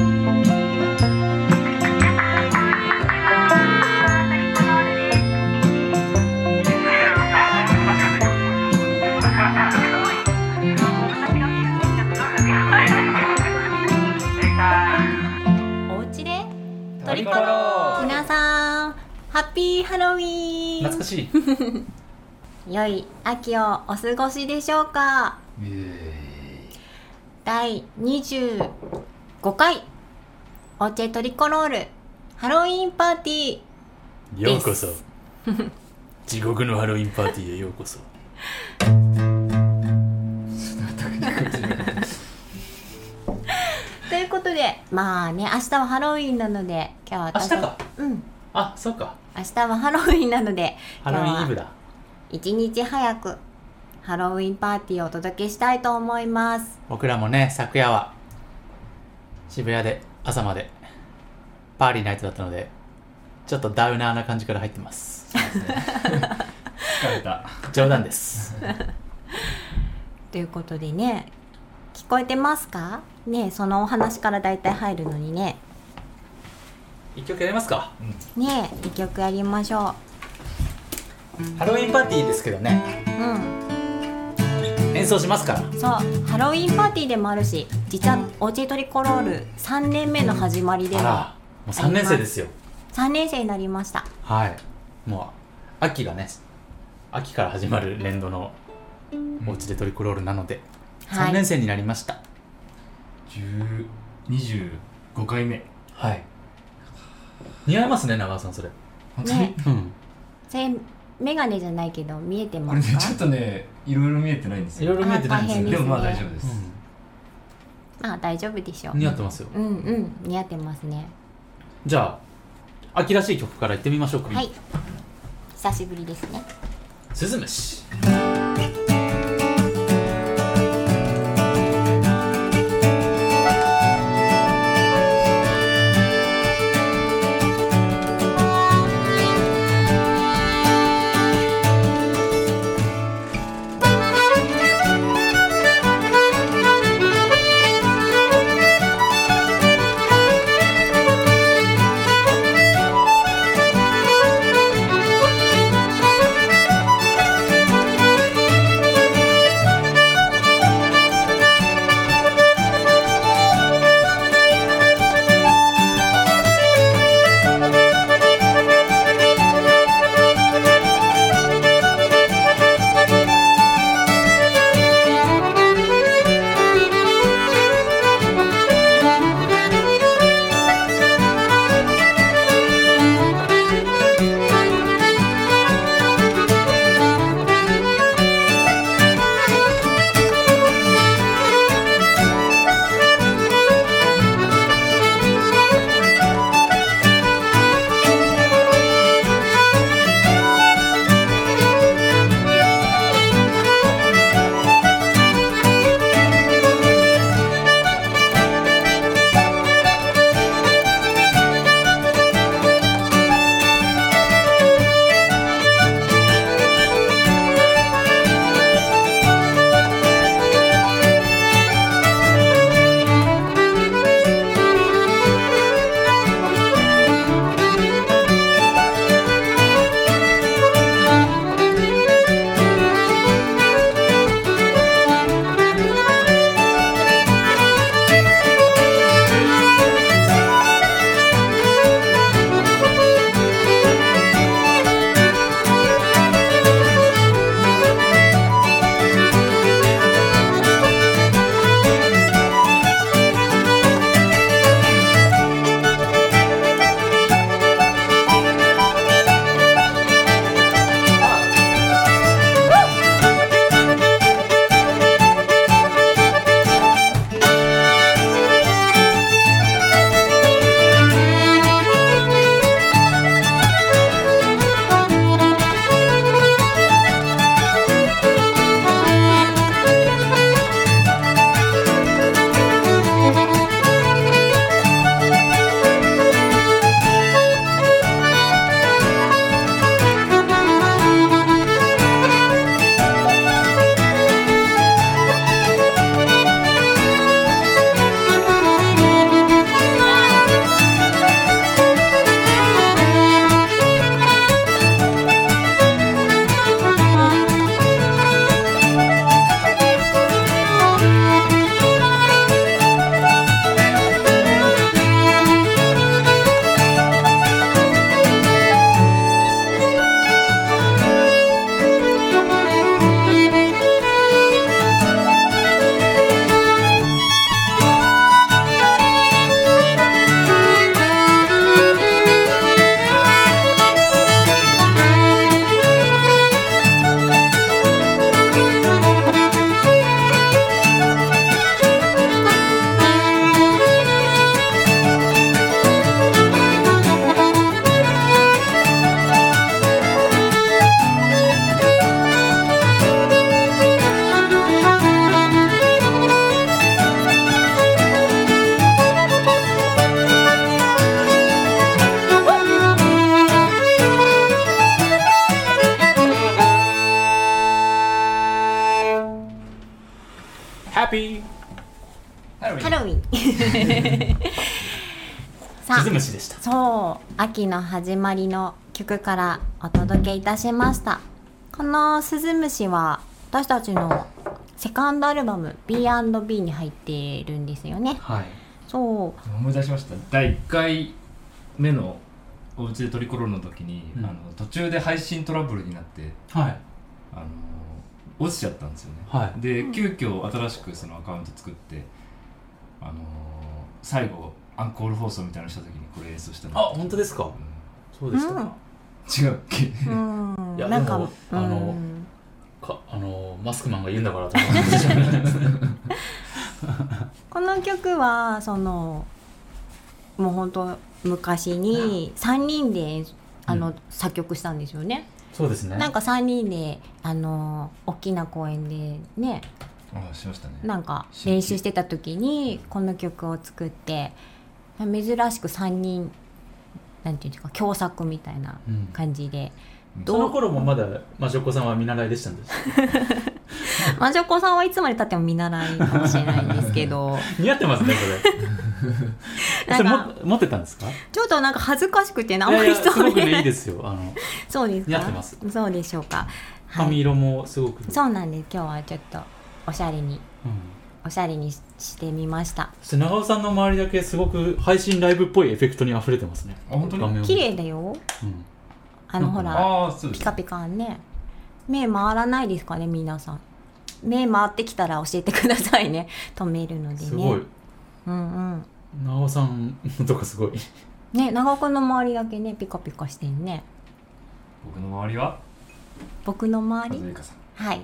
トリコロール。皆さんハッピーハロウィーン。 懐かしい良い秋をお過ごしでしょうか。第25回オチェトリコロールハロウィンパーティーようこそ地獄のハロウィンパーティーへようこそ。 ということで、まあね、明日はハロウィンなので、今日は明日か。 うん。 あ、そうか。 明日はハロウィンなので、 ハロウィンイブだ。 一日早くハロウィンパーティーをお届けしたいと思います。 僕らもね、昨夜は渋谷で朝までパーリーナイトだったので、ちょっとダウナーな感じから入ってます。 疲れた。 冗談です。 ということでね、聞こえてますかね。そのお話からだいたい入るのにね。 一曲やりますか。 ねえ、一曲やりましょハロウィンパーティーですけどね、 う。 演奏しますから。 そう、ハロウィンパーティーでもあるし、実はオチェトリコロール3年目の始まりでもあら、もう3年生ですよ。 3年生になりました。 はい。もう秋がね、秋から始まる年度のおうちでトリコロールなので、 はい、 3年生になりました。 25回目。 はい。似合いますね、長尾さん、それ。 本当に、 ね、 うん。 それメガネじゃないけど見えてこますか？ れね、ちょっとね、いろいろ見えてないんですよ。 いろいろ見えてないんですよ。 大変ですね。 でもまあ大丈夫です。 まあ大丈夫でしょう。 似合ってますよ。 うんうん、似合ってますね。 じゃあ、秋らしい曲からいってみましょうか。 はい。久しぶりですね。 スズムシ。 「 ハロウィンさスズムシでした。 そう秋の始まりの曲からお届けいたしました。このスズムシは私たちのセカンドアルバム B&B に入っているんですよね。 はい。 そう思い出しました。第1回目のおうちでトリコロールの時に、途中で配信トラブルになってはい。 落ちちゃったんですよね。 はい。 で急遽新しくそのアカウント作って最後アンコール放送みたいなのした時にこれ演奏したの。 あ、本当ですか。そうでしたか。 違うっけ。 いやなんかでもマスクマンが言うんだからと思ってしまいますね。 この曲はそのもう本当昔に3人で作曲したんですよね。 そうですね。 なんか3人で大きな公園でね、 しましたね。 なんか練習してた時にこの曲を作って珍しく3人なんていうんですか共作みたいな感じで、 その頃もまだ魔女子さんは見習いでしたんです。 魔女子さんはいつまでたっても見習いかもしれないんですけど似合ってますねそれ。それ持ってたんですか。 ちょっとなんか恥ずかしくてあんまりすごくねいいですよ。 そうですか。 似合ってます。 そうでしょうか。 髪色もすごく、 そうなんです。今日はちょっとおしゃれに、おしゃれにしてみました。 そして長尾さんの周りだけすごく配信ライブっぽいエフェクトに溢れてますね。 本当に綺麗だよ。ほらピカピカね。目回らないですかね皆さん。目回ってきたら教えてくださいね。止めるのでね。 すごい。長尾さんのとこすごい。 ね、長尾くんの周りだけねピカピカしてんね。 僕の周りは？ 僕の周り？はい。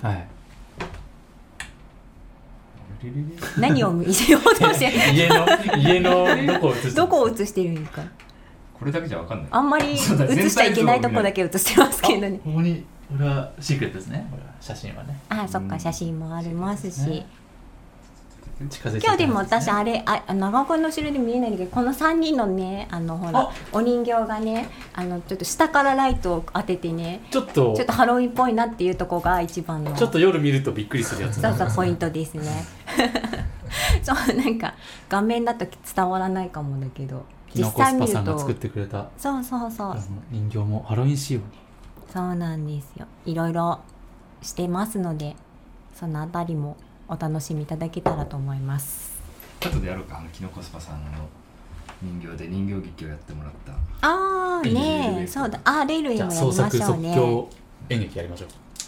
何を見せようとして家のどこを映してどこを映してるんですか。 これだけじゃわかんない。 あんまり映しちゃいけないとこだけ映してますけどね。 ここにこれはシークレットですね。これは写真はね。 あ、そっか写真もありますし。 近づいて今日でも私長尾くんの後ろで見えないんだけどこの3人のねほらお人形がねちょっと下からライトを当ててねちょっとハロウィンっぽいなっていうとこが一番のちょっと夜見るとびっくりするやつ。 そうポイントですね。そうなんか画面だと伝わらないかもだけど実際見るとキノコスパさんが作ってくれたそう人形もハロウィン仕様。 そうなんですよ。いろいろしてますのでそのあたりもお楽しみいただけたらと思います。 後でやろうか。キノコスパさんの人形で人形劇をやってもらった。 ああねえそうだ。レールエもやりましょうね。 創作即興演劇やりましょう。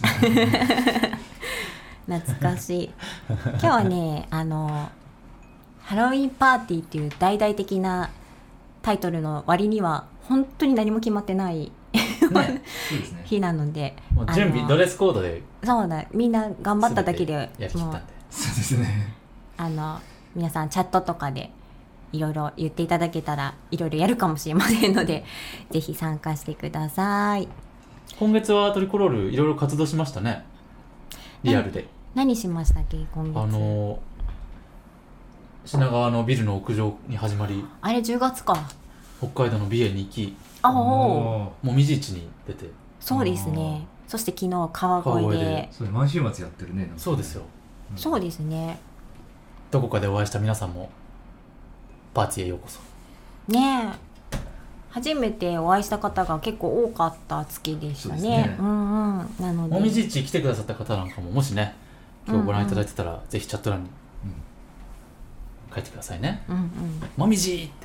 懐かしい。今日はねハロウィンパーティーっていう大々的なタイトルの割には本当に何も決まってない日なので、 もう準備ドレスコードでそうだみんな頑張っただけでやりきったんで。 そうですね。 皆さんチャットとかでいろいろ言っていただけたらいろいろやるかもしれませんのでぜひ参加してください。 今月はトリコロールいろいろ活動しましたね。リアルで何しましたっけ今月。 品川のビルの屋上に始まり、 あれ10月か。 北海道の美瑛に行き、 もみじ市に出て。 そうですね。そして昨日川越でそれ毎週末やってるね。 そうですよ。 そうですね。 どこかでお会いした皆さんもパーティーへようこそ。 ねえ初めてお会いした方が結構多かった月でしたね。なのでもみじ市来てくださった方なんかももしね今日ご覧いただいてたら、ぜひチャット欄に書いてくださいね。もみじって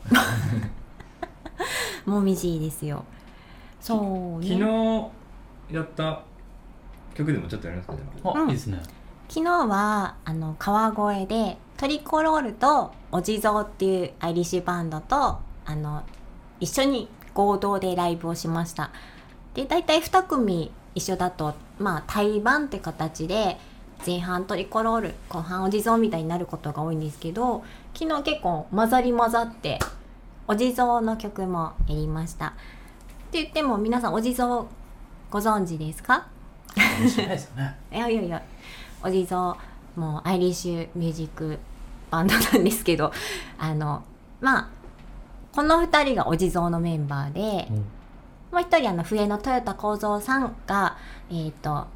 もみじですよ。そうね。 昨日やった曲でもちょっとやりますか。 いいですね。 昨日は川越でトリコロールとお地蔵っていうアイリッシュバンドと一緒に合同でライブをしました。でだいたい2組一緒だと対バンって形で前半トリコロール後半お地蔵みたいになることが多いんですけど、昨日結構混ざってお地蔵の曲もやりました。って言っても皆さんお地蔵ご存知ですか？ 知らないですよね。 いやお地蔵もうアイリッシュミュージックバンドなんですけどこの2人がお地蔵のメンバーで、もう1人笛の豊田幸三さんが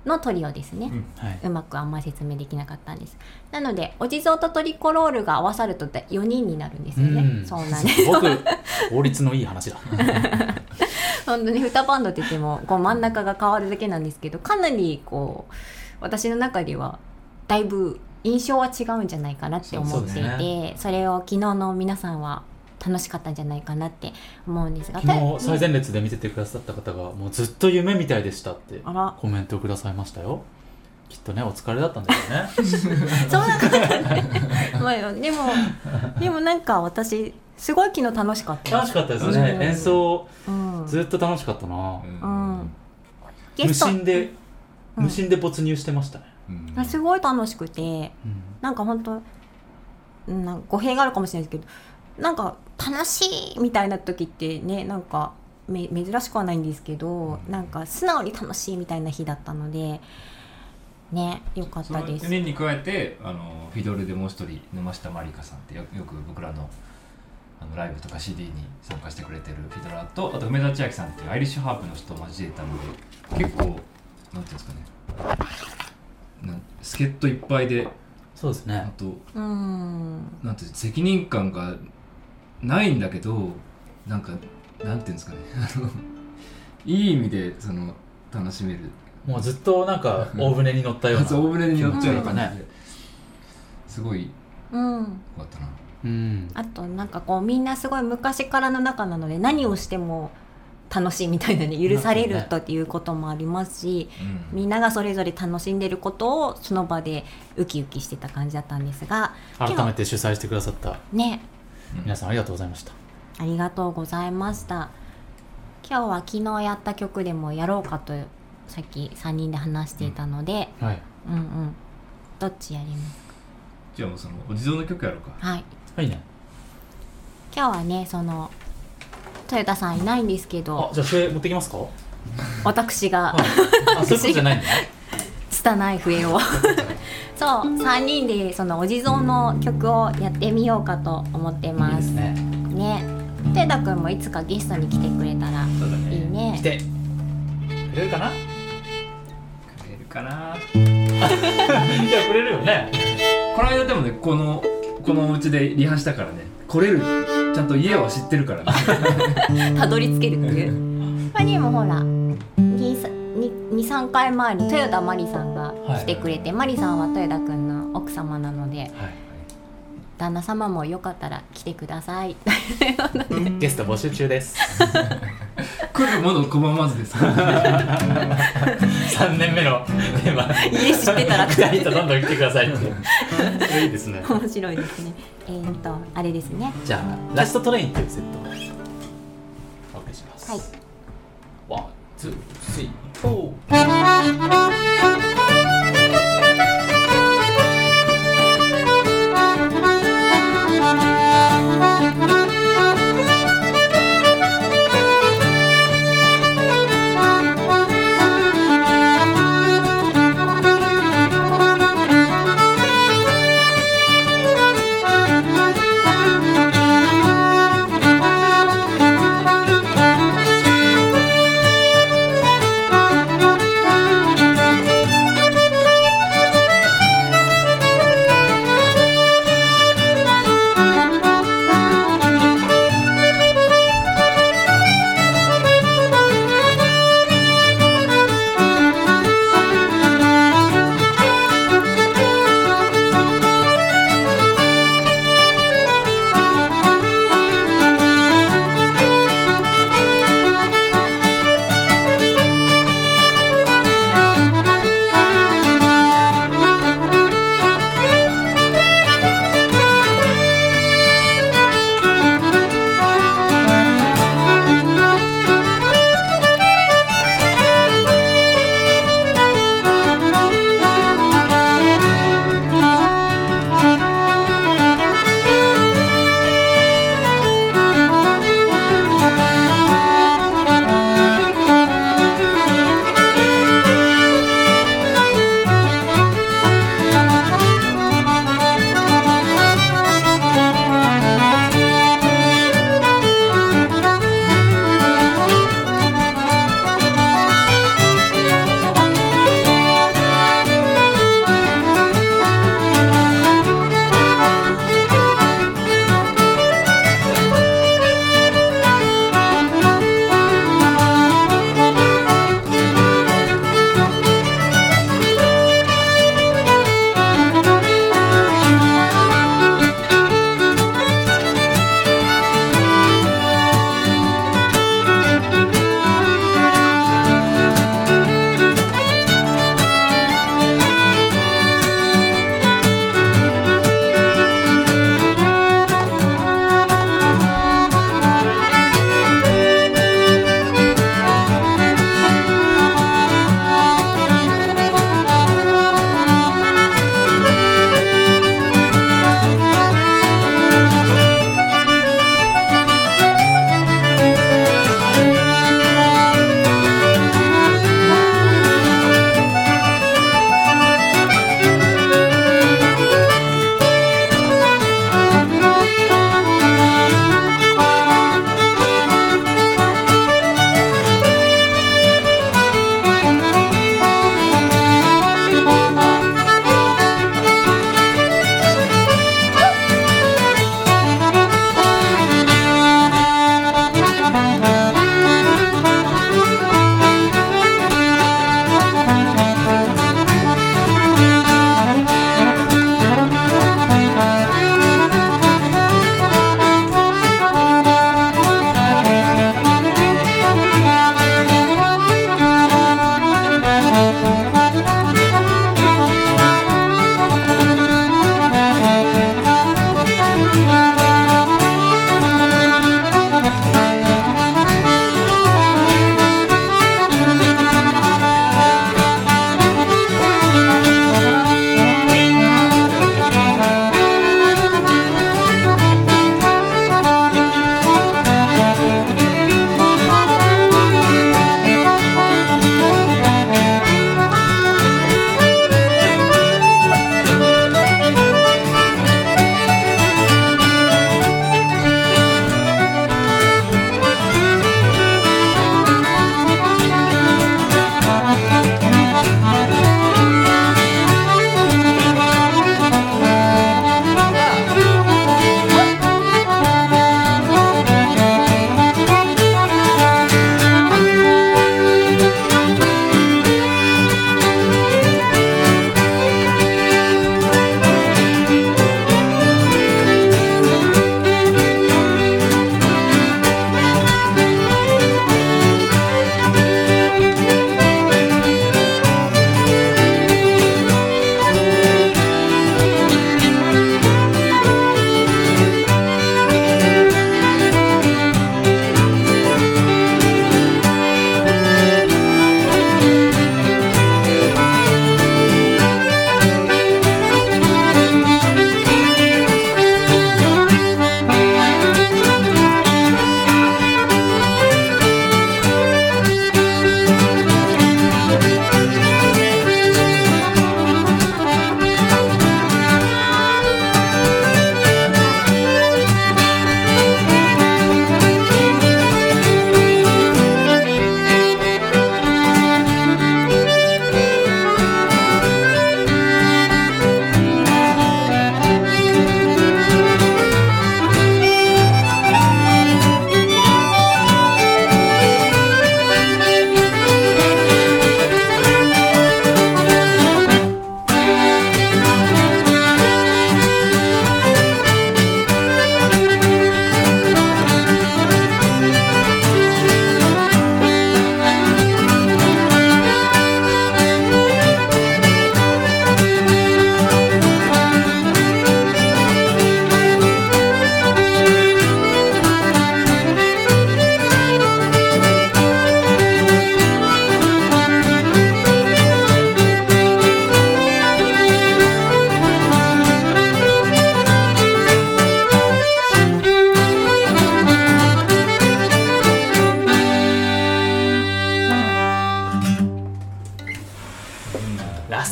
のトリオですね、 はい、 うまくあんまり説明できなかったんです。なのでお地蔵とトリコロールが合わさると4人になるんですよね。そうなんです。 すごく効率のいい話だ本当に2バンドって言ってもこう真ん中が変わるだけなんですけど、かなりこう私の中ではだいぶ印象は違うんじゃないかなって思っていて、それを昨日の皆さんは楽しかったんじゃないかなって思うんですが、 昨日最前列で見ててくださった方がもうずっと夢みたいでしたってコメントをくださいましたよ。きっとねお疲れだったんだよねそんなことないまあでもなんか私すごい昨日楽しかった楽しかったですね、演奏、ずっと楽しかったな、無心で没入してましたね、 すごい楽しくて、なんか本当なんか語弊があるかもしれないですけど、なんか楽しいみたいな時ってね、なんか珍しくはないんですけど、なんか素直に楽しいみたいな日だったのでね、よかったです。 その4人に加えてフィドルでもう一人沼下まりかさんってよく僕らのライブとか CD に参加してくれてるフィドラーと、あと梅田千秋さんっていうアイリッシュハープの人を交えたので、結構なんていうんですかね、助っ人いっぱいで、 そうですね、 あとなんて責任感がないんだけど、なんていうんですかねいい意味で楽しめる、 もうずっとなんか大船に乗ったような大船に乗っちゃう感じで、すごいよかったな。 あとなんかこうみんなすごい昔からの仲なので、何をしても楽しいみたいなね、許されるということもありますし、みんながそれぞれ楽しんでることをその場でウキウキしてた感じだったんですが、 改めて主催してくださったね、 皆さんありがとうございました。 ありがとうございました。今日は昨日やった曲でもやろうかとさっき3人で話していたので、 はい、 どっちやりますか？ じゃあもうお地蔵の曲やろうか。 はい、 はいね。 今日はね豊田さんいないんですけど、 じゃあ笛持ってきますか？ 私が、 そういうことじゃないんだ拙い笛をそう、3人でお地蔵の曲をやってみようかと思ってます。 いいですね。 豊田くんもいつかゲストに来てくれたらいいね。 来てくれるかな？ くれるかな？ いや、くれるよね。 この間でもね、このお家でリハしたからね、来れる、ちゃんと家は知ってるからねたどり着けるっていう他にもほら 2,3 回前に豊田真理さんが来てくれて、真理さんは豊田くんの奥様なので、旦那様もよかったら来てくださいゲスト募集中です来るもの拒まずです 3年目のテーマ、 家知ってたら 2人とどんどん来てくださいってそれいいですね。 面白いですね。あれですね、 じゃあラストトレインというセットをお送りします。 はい、 ワン、ツー、スリー、フォー。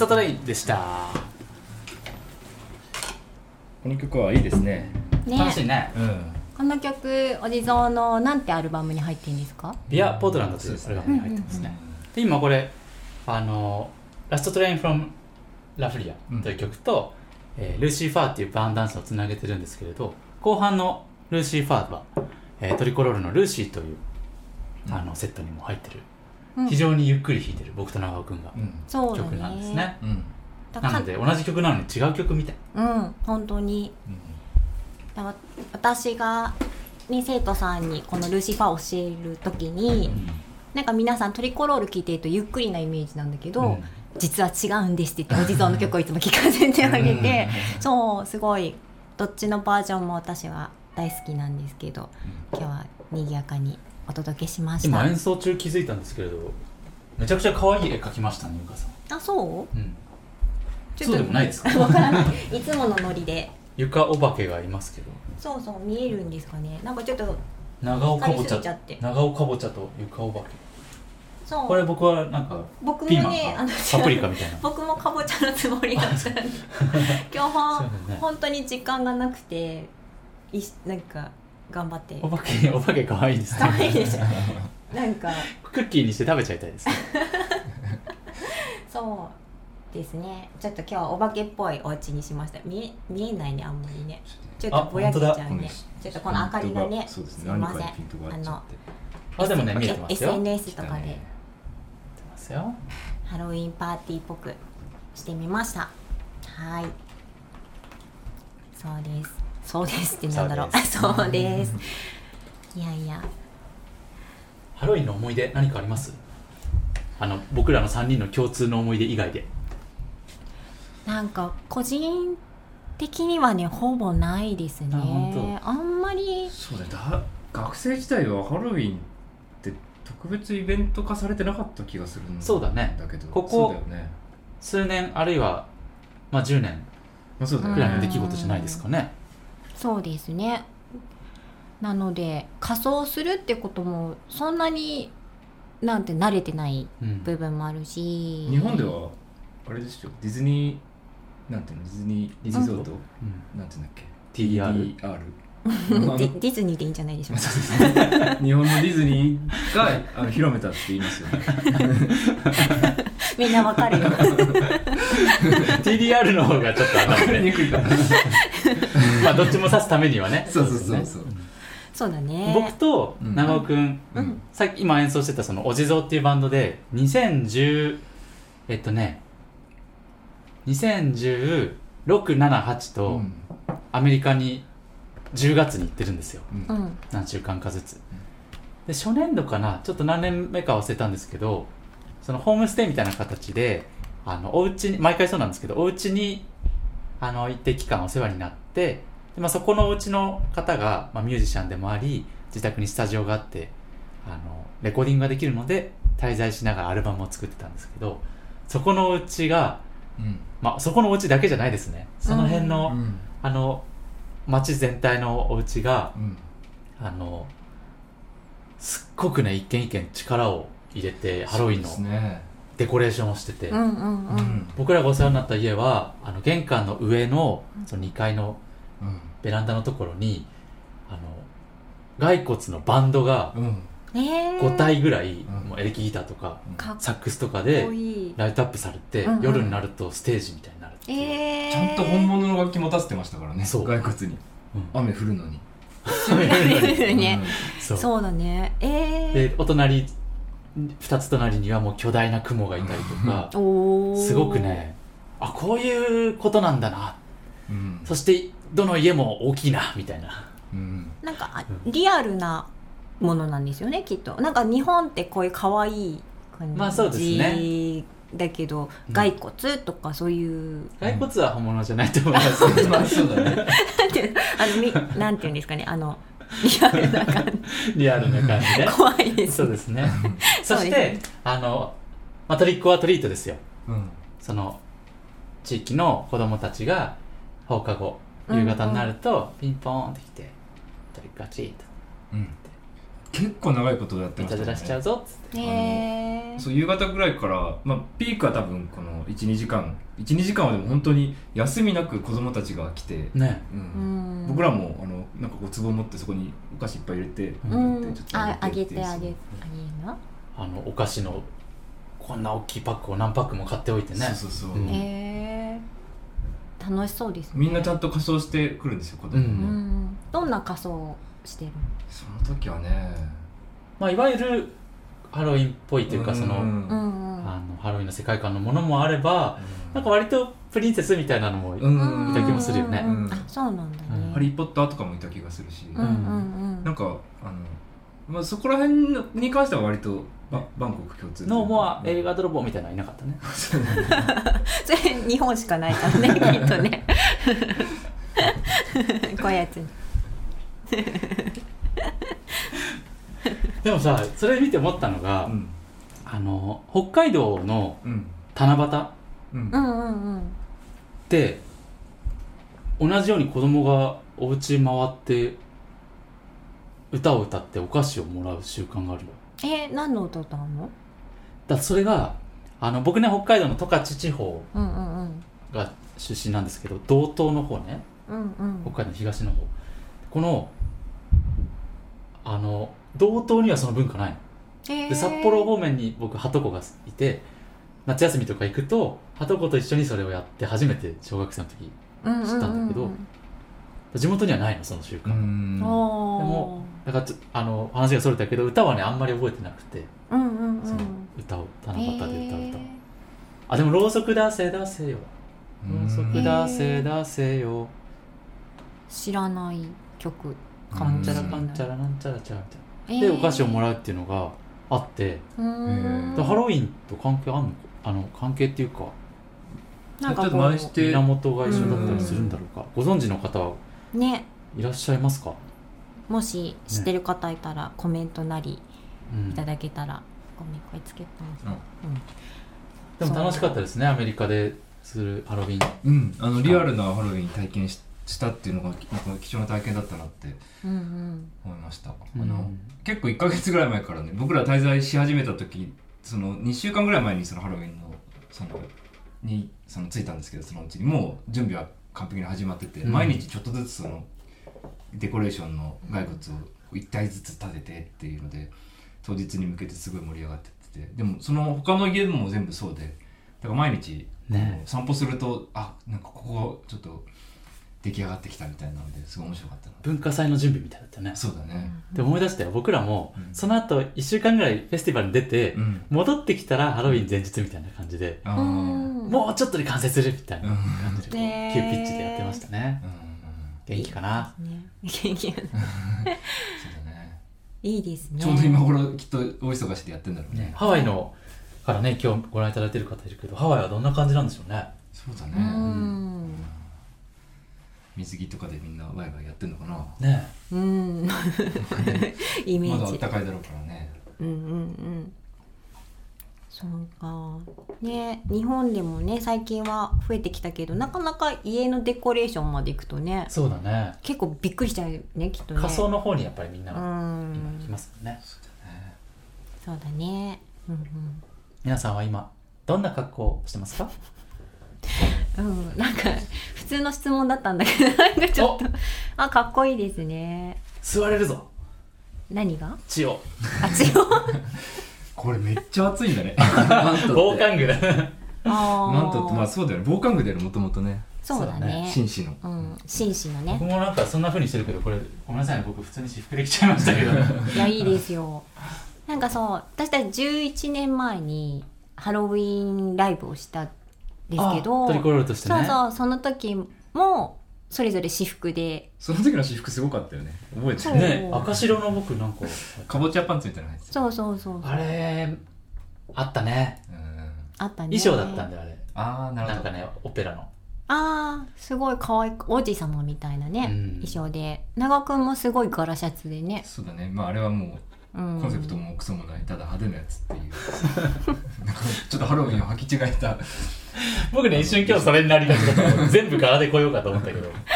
トトレインでした。 この曲はいいですね。 ね、 楽しいね。 この曲お地蔵のなんてアルバムに入ってるんですか？ ビアポートランドというアルバムに入ってますね。で今これラストトレイン from ラフリアという曲と、ルーシー・ファーっていうバーンダンスをつなげてるんですけれど、後半のルーシー・ファーは、トリコロールのルーシーというセットにも入ってる、非常にゆっくり弾いてる僕と長尾くんが、曲なんですね。なので同じ曲なのに違う曲みたい。 本当に、私が、ね、生徒さんにこのルーシー・ファーを教えるときに、なんか皆さんトリコロール聴いてるとゆっくりなイメージなんだけど、実は違うんですって言ってお地蔵の曲をいつも聴かせてあげてそうすごいどっちのバージョンも私は大好きなんですけど、今日は賑やかにお届けしました。 今演奏中気づいたんですけれど、めちゃくちゃ可愛い絵描きましたね、ゆかさん。 あ、そう？ そうでもないですか？ わからない。いつものノリで床お化けがいますけど。 そうそう、見えるんですかね。なんかちょっと長尾かぼちゃと床お化け。そうこれ僕はなんかピーマンかパプリカみたいな僕もかぼちゃのつもりだったのに今日本当に時間がなくてなんか頑張って。 お化け可愛いですね。 可愛いでしょなんかクッキーにして食べちゃいたいですねそうですね。ちょっと今日はお化けっぽいお家にしました。見えないね、あんまりね。ちょっとぼやけちゃうね。ちょっとこの明かりがね、すいません。 でもね見えてますよ。 SNS とかでハロウィンパーティーっぽくしてみました。はい、そうですってなんだろう。そうです。いやハロウィンの思い出何かあります？僕らの3人の共通の思い出以外で。 なんか個人的にはねほぼないですね。あんまり。 そうね、学生時代はハロウィンって特別イベント化されてなかった気がするんだけど。 そうだね。ここ数年あるいは10年くらいの出来事じゃないですかね。 そうですね。なので仮装するってこともそんなになんて慣れてない部分もあるし、 日本ではあれですよ、ディズニーなんていうの、ディズニーリゾート、なんていうんだっけ、 TDR ディズニーでいいんじゃないでしょうか。 日本のディズニーが広めたって言いますよねみんなわかるよ TDR の方がちょっと分かりにくいからどっちも指すためにはね。 そうだね。 僕と長尾くん、さっき今演奏してたそのお地蔵っていうバンドで2016、7、8とアメリカに10月に行ってるんですよ、何週間かずつで、初年度かな、ちょっと何年目か忘れたんですけど、そのホームステイみたいな形でお家に、毎回そうなんですけど、お家に一定期間お世話になって、でそこのお家の方が、ミュージシャンでもあり、自宅にスタジオがあってレコーディングができるので滞在しながらアルバムを作ってたんですけど、そこのお家が、そこのお家だけじゃないですね、その辺の、街全体のお家が、すっごくね一軒一軒力を入れてハロウィンのデコレーションをしてて、僕らがお世話になった家は玄関の上のその2階のベランダのところに骸骨のバンドが5体ぐらい、もうエレキギターとかサックスとかでライトアップされて、夜になるとステージみたいになるっていう、 ちゃんと本物の楽器持たせてましたからね。骸骨に、雨降るのにそうだね。 でお隣2つ隣にはもう巨大な雲がいたりとか、すごくね、こういうことなんだな、そしてどの家も大きいなみたいな、 なんかリアルなものなんですよね、きっと。なんか日本ってこういう可愛い感じだけど、骸骨とかそういう骸骨は本物じゃないと思いますそうだねなんていうんですかね、リアルな感じで怖いです。 そうですねそしてトリックオアトリートですよ、その地域の子供たちが放課後夕方になるとピンポーンって来てトリックオアトリート、 結構長いことやってましたね。 いたずらしちゃうぞっつってそう夕方ぐらいから、ピークは多分この 1,2 時間はでも本当に休みなく子供たちが来て、 ね、 僕らもなんかこう壺を持ってそこにお菓子いっぱい入れて、ちょっとあげてなお菓子のこんな大きいパックを何パックも買っておいてね。 そう、 楽しそうですね。 みんなちゃんと仮装してくるんですよ子供も、 どんな仮装してるの？ その時はね、 いわゆるハロウィンっぽいというか、そのハロウィンの世界観のものもあれば、なんか割とプリンセスみたいなのもいた気もするよね。 あ、そうなんだね。 ハリーポッターとかもいた気がするし、なんかそこら辺に関しては割とバンコク共通のも映画泥棒みたいなのはいなかったね。 それ日本しかないからね、きっとね。こういうやつ。 でもさ、それ見て思ったのが、北海道の七夕って同じように子供がお家回って歌を歌ってお菓子をもらう習慣があるよ。 何の歌歌うの？ だそれが僕ね、北海道の十勝地方が出身なんですけど、道東の方ね、北海道の東の方、この道東にはその文化ないの。で札幌方面に僕はとこがいて、夏休みとか行くとはとこと一緒にそれをやって初めて小学生の時知ったんだけど、地元にはないのその習慣。でもだから話がそれたけど、歌はねあんまり覚えてなくて、その歌を七夕で歌う歌、でもろうそく出せ出せよ、ろうそく出せ出せよ、 知らない曲かんちゃらかんちゃらなんちゃらちゃらみたいな、でお菓子をもらうっていうのがあって、ハロウィンと関係あんの？関係っていうか、 なんかこう源が一緒だったりするんだろうか。ご存知の方はいらっしゃいますか？ もし知ってる方いたらコメントなりいただけたら。ごめん、これつけてます。 でも楽しかったですね、アメリカでするハロウィン。リアルなハロウィン体験したっていうのがなんか貴重な体験だったなって思いました。結構1ヶ月ぐらい前からね、僕ら滞在し始めた時、その2週間ぐらい前にそのハロウィンのに着いたんですけど、そのうちにもう準備は完璧に始まってて、毎日ちょっとずつそのデコレーションの骸骨を1体ずつ立ててっていうので当日に向けてすごい盛り上がってて、でもその他の家も全部そうで、だから毎日散歩すると、なんかここちょっと出来上がってきたみたいなのですごい面白かったな。 文化祭の準備みたいだったよね。 そうだね。 で思い出したよ、僕らもその後1週間ぐらいフェスティバルに出て、戻ってきたらハロウィン前日みたいな感じで、もうちょっとで完成するみたいな感じで急ピッチでやってましたね。元気かな。 元気だね。いいですね。 ちょうど今頃きっと大忙しでやってんだろうね。 ハワイのからね、今日ご覧いただいてる方いるけど、ハワイはどんな感じなんでしょうね。 そうだね。水着とかでみんなワイワイやってんのかな。 ね。 イメージ。 まだ暖かいだろうからね。 そうかね。日本でもね最近は増えてきたけど、なかなか家のデコレーションまで行くとね、 そうだね、 結構びっくりしちゃうね、きっとね。 仮装の方にやっぱりみんなが今来ますよね。 そうだね。 皆さんは今どんな格好をしてますか？ なんか普通の質問だったんだけど、なんかちょっとかっこいいですね。 吸われるぞ。 何が？ 血を。 血を。 これめっちゃ熱いんだね。 防寒具。 マントってそうだよね。防寒具だよね、もともとね。 そうだね。 紳士の。 紳士のね。 僕もなんかそんな風にしてるけど、これごめんなさいね、僕普通に私服できちゃいましたけど。 いや、いいですよ。なんかそう、私たち11年前にハロウィンライブをしたんですけど、 トリコロールとしてね。 その時もそれぞれ私服で。 その時の私服すごかったよね。覚えてるね。赤白の僕なんかかぼちゃパンツみたいなの入ってた。そう。 あれあったね。 あったね。 衣装だったんだよあれ。 なるほど。 なんかね、オペラの。 すごい可愛い王子様みたいなね、衣装で、長くんもすごい柄シャツでね。 そうだね。あれはもうコンセプトもクソもない、ただ派手なやつっていうなんかちょっとハロウィンを履き違えた僕ね、一瞬今日それになりがちだった全部柄で来ようかと思ったけど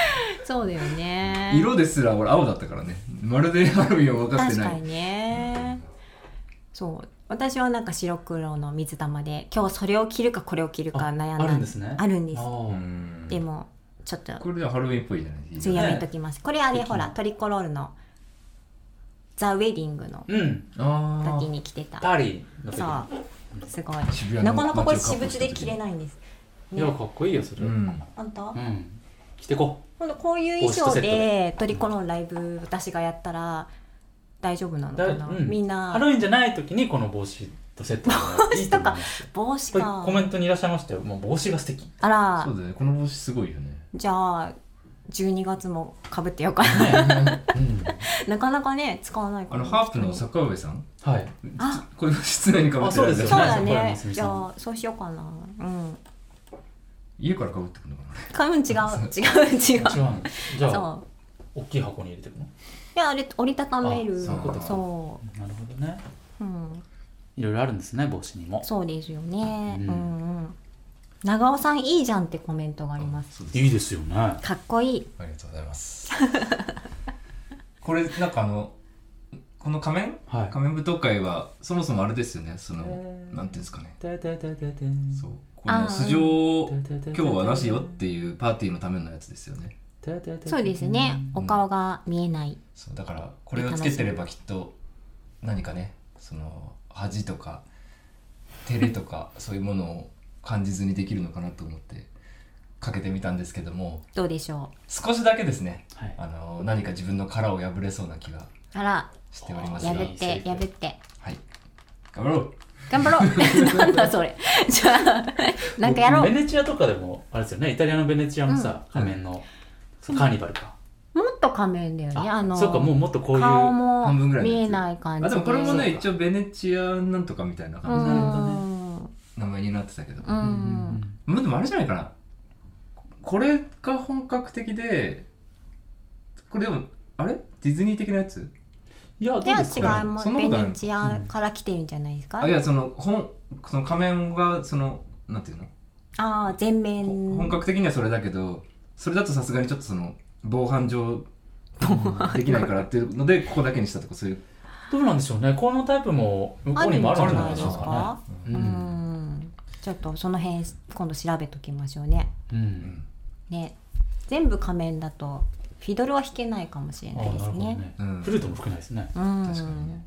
そうだよね。 色ですら俺青だったからね、まるでハロウィンは分かってない。 確かにね、そう私はなんか白黒の水玉で今日それを着るかこれを着るか悩んだ。 あるんですね。 あるんです。ででもちょっとこれではハロウィンっぽいじゃないですそうか。 やめときます。これあれほらトリコロールのザ・ウェディングの時に着てた。 パリの時に。 そうすごい渋谷のなかなかこれ私物で着れないんです、ね、 いやかっこいいよそれ。 本当？ 着てこ。 今度こういう衣装でトリコロールライブ私がやったら大丈夫なのかな、みんなハロウィンじゃない時にこの帽子とセット帽子とか帽子かコメントにいらっしゃいましたよ。もう帽子が素敵。 あらそうだね、この帽子すごいよね。 じゃあ12月もかぶってようかな、なかなかね使わないから。 ハープの坂上さん、 はい、 こういう室内にかぶってるやつ。 そうだね。じゃあそうしようかな。 家からかぶってくるのかな。 買うん違う。 じゃあ大きい箱に入れてくの？ いやあれ折りたためる。 そういうことか。 そう。 なるほどね。いろいろあるんですね、帽子にも。 そうですよね。長尾さんいいじゃんってコメントがあります。 いいですよね。 かっこいい。 ありがとうございます。これなんかこの仮面舞踏会はそもそもあれですよね。そのなんていうんですかね。そうこの素性今日はなしよっていうパーティーのためのやつですよね。 そうですね。お顔が見えない。 そうだからこれをつけてればきっと何かね、その恥とか照れとかそういうものを感じずにできるのかなと思ってかけてみたんですけども、 どうでしょう。 少しだけですね、 はい、 何か自分の殻を破れそうな気がしておりますが、 破ってはい、頑張ろうなんだそれじゃあなんかやろう。 ベネチアとかでもあれですよね、イタリアのベネチアもさ、仮面のカーニバルか、 もっと仮面だよね。 そうか、もっとこういう顔も見えない感じで。 でもこれもね、一応ベネチアなんとかみたいな感じの名前になってたけど、でもあれじゃないかな、これが本格的で、これでもあれディズニー的なやつ？ いや違います。ベネチアから来てるんじゃないですか。 いやその仮面がなんていうの？ 全面。 本格的にはそれだけど、それだとさすがにちょっと防犯上できないからっていうのでここだけにしたとか、そういう。 どうなんでしょうね。このタイプも向こうにもあるんじゃないですかね。 ちょっとその辺今度調べときましょうね。ね、全部仮面だとフィドルは弾けないかもしれないですね。 フルートも吹けないですね。 確かにね。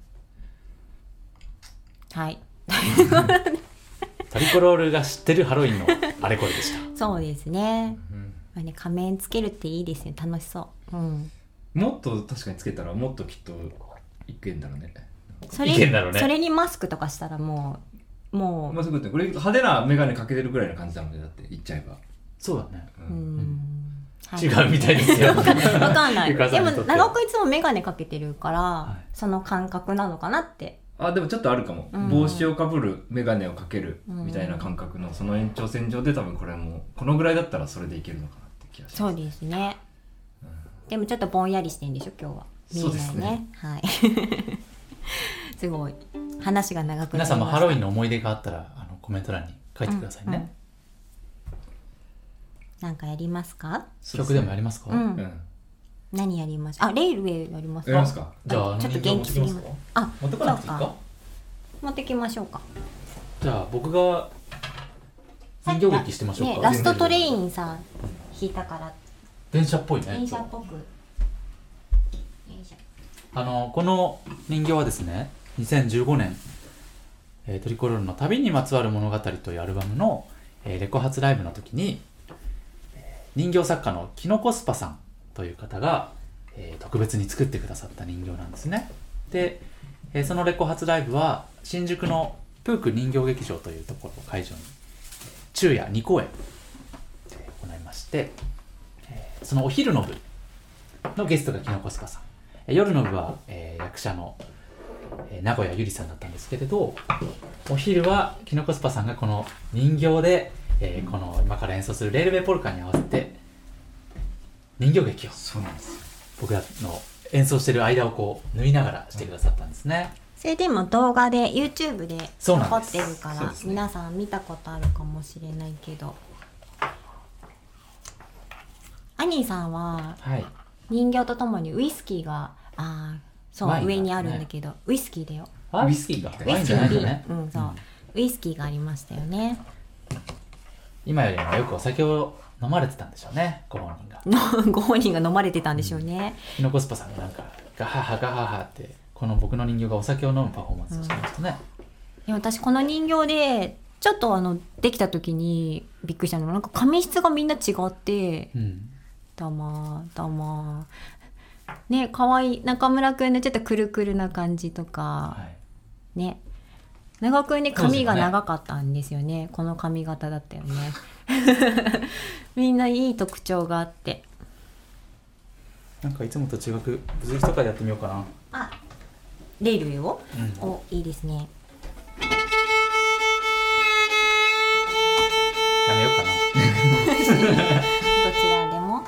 はい。 トリコロールが知ってるハロウィンのあれこれでした。 そうですね。仮面つけるっていいですね。楽しそう。 もっと確かにつけたらもっときっといけんだろうね。 それにマスクとかしたらもうマスクってこれ派手なメガネかけてるぐらいの感じなので、だって言っちゃえば。 そうだね。 違うみたいですよ。 わかんない。でも長岡いつもメガネかけてるから、その感覚なのかなって。 でもちょっとあるかも。帽子をかぶる、メガネをかけるみたいな感覚のその延長線上で、多分これもこのぐらいだったらそれでいけるのかなって気がします。 そうですね。でもちょっとぼんやりしてるんでしょ今日は。 そうですね。 はい。すごい話が長くなりました。 皆さんもハロウィンの思い出があったらコメント欄に書いてくださいね。 なんかやりますか？ 曲でもやりますか？ 何やります？レイルウェイやりますか？ やりますか？ じゃあちょっと元気すぎます。 持ってこなくていいか？ 持ってきましょうか。 じゃあ僕が人形劇してましょうか。 ラストトレインさ弾いたから電車っぽいね。 電車っぽく。 この人形はですね、2015年、トリコロールの旅にまつわる物語というアルバムの、レコ発ライブの時に、人形作家のキノコスパさんという方が、特別に作ってくださった人形なんですね。で、そのレコ発ライブは新宿のプーク人形劇場というところを会場に昼夜2公演行いまして、そのお昼の部のゲストがキノコスパさん、夜の部は、役者の、名古屋ゆりさんだったんですけれど、お昼はキノコスパさんがこの人形で、この今から演奏するレールウェイポルカに合わせて人形劇を僕らの演奏してる間をこう縫いながらしてくださったんですね。 それでも動画で YouTube で残ってるから、皆さん見たことあるかもしれないけど、 アニーさんははい、 人形とともにウイスキーがそう、上にあるんだけど、ウイスキーだよ。 ウイスキーがウイスキワインじゃないんだね。 ー、そう、ウイスキーがありましたよね。 今よりもよくお酒を飲まれてたんでしょうね、ご本人が。 ご本人が飲まれてたんでしょうね。 キノコスパさんがなんかガハハガハハってこの僕の人形がお酒を飲むパフォーマンスをしてましたね。 いや、私この人形でちょっとできた時にびっくりしたのが、なんか髪質がみんな違って、だまね、かわいい中村くんのちょっとくるくるな感じとか、ね、長くんに髪が長かったんですよね。この髪型だったよね。みんないい特徴があって、 なんかいつもと違く物理とかでやってみようかな。 レールを、いいですね。 やめようかな。 どちらでも。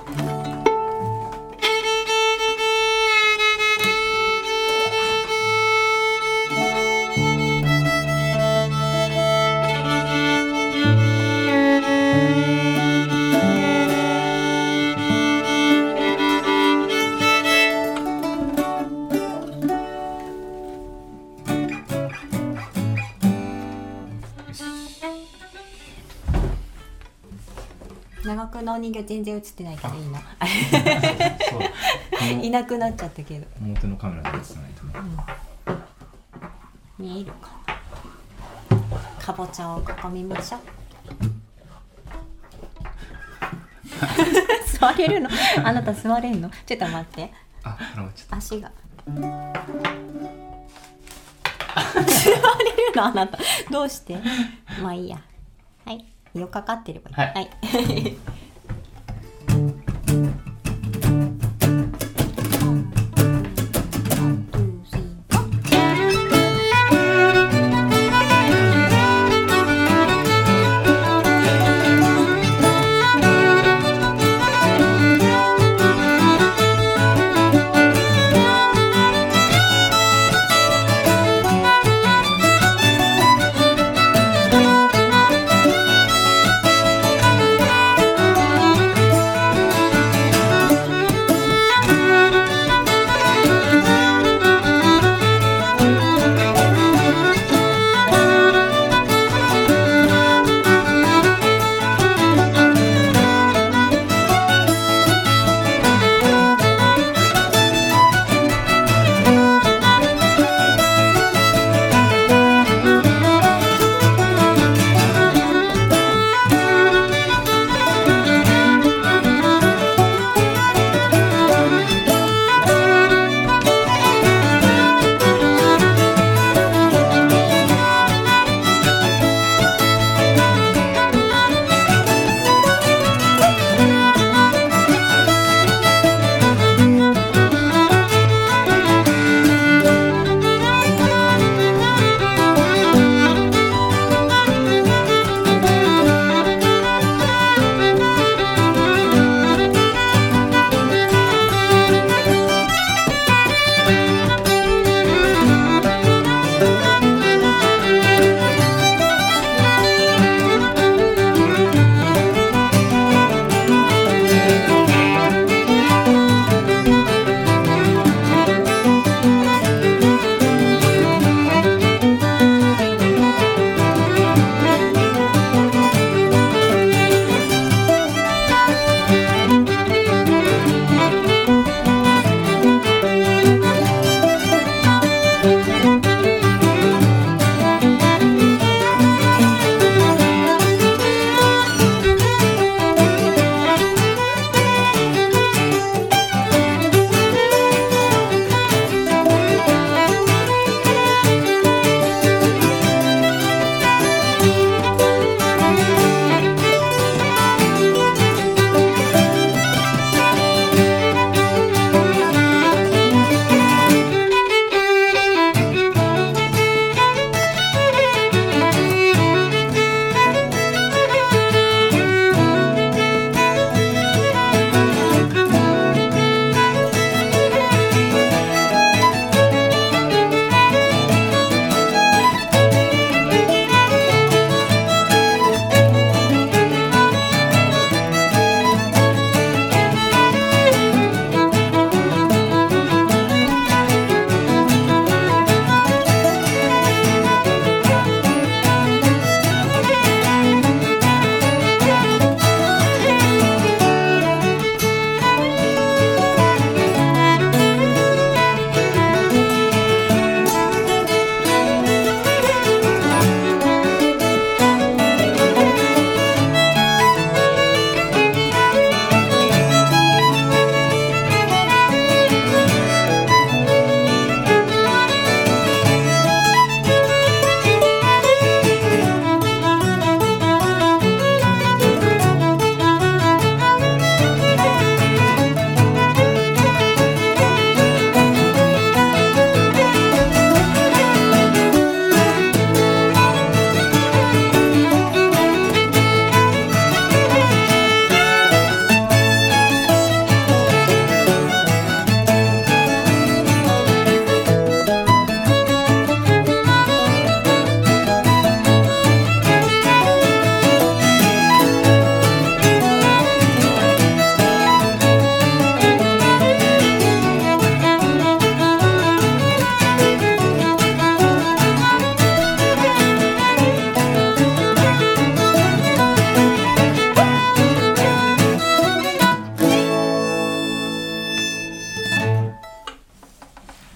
長くんのお人形全然映ってないけどいいな。いなくなっちゃったけど。 表のカメラで映さないとね。 見えるかな。かぼちゃを囲みましょう。座れるの？あなた座れるの？ちょっと待って。足が。座れるのあなた。どうして？まあいいや。はい。よかかってればいい。はい。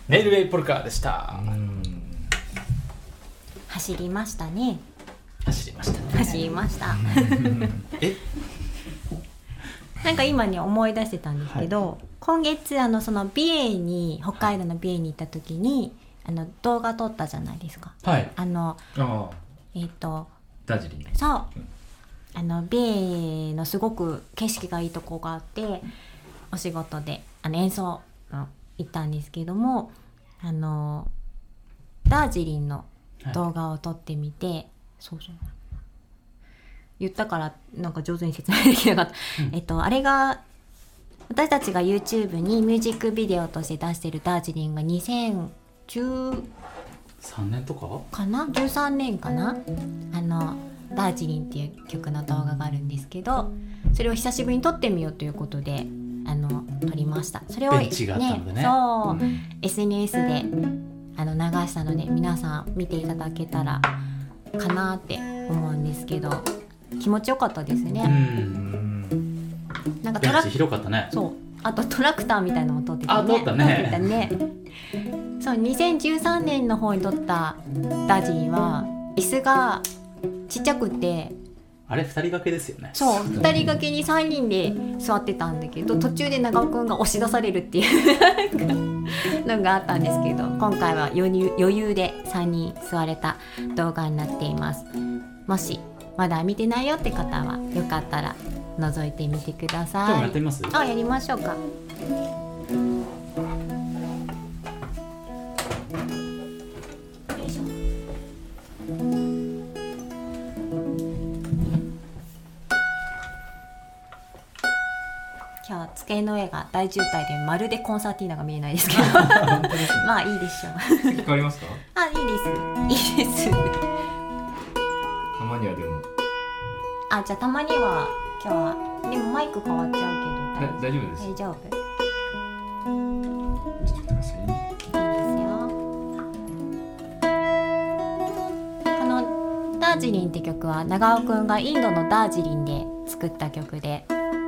ネイルウェイポルカでした。 走りましたね。 走りましたね。 走りましたえなんか今ね思い出してたんですけど、はい、今月その美瑛に北海道の美瑛に行った時に動画撮ったじゃないですか。 はい。 ダージリン。 そう、美瑛のすごく景色がいいとこがあってお仕事で演奏行ったんですけどもダージリンの動画を撮ってみて、はい、そう言ったからなんか上手に説明できなかった、あれが私たちが YouTube にミュージックビデオとして出してるダージリンが2013 年とかかな13年かなダージリンっていう曲の動画があるんですけどそれを久しぶりに撮ってみようということで撮りました。それをベンチがあったのでね、 そう、SNS で流したので皆さん見ていただけたらかなって思うんですけど気持ちよかったですね。なんかベンチ広かったね。 そうあとトラクターみたいなのも撮ってたね。 撮ったね。 そう2013年の方に撮ったダージリンは椅子がちっちゃくてあれ2人掛けですよね。 そう2人掛けに3人で座ってたんだけど途中で長尾くんが押し出されるっていうのがあったんですけど今回は余裕で3人座れた動画になっています。もしまだ見てないよって方はよかったら覗いてみてください。 今日もやってみます？ やりましょうか。今日机の上が大渋滞でまるでコンサーティーナが見えないですけどまあいいでしょう。 席変わりますか？ いいですたまにはでもじゃあたまには今日はでもマイク変わっちゃうけど大丈夫です。 大丈夫？ ちょっと待ってください。 いいですよ。このダージリンって曲は長尾くんがインドのダージリンで作った曲で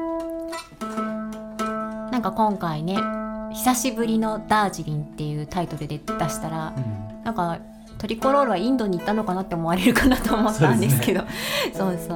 なんか今回ね久しぶりのダージリンっていうタイトルで出したら、なんかトリコロールはインドに行ったのかなって思われるかなと思ったんですけどそうそう。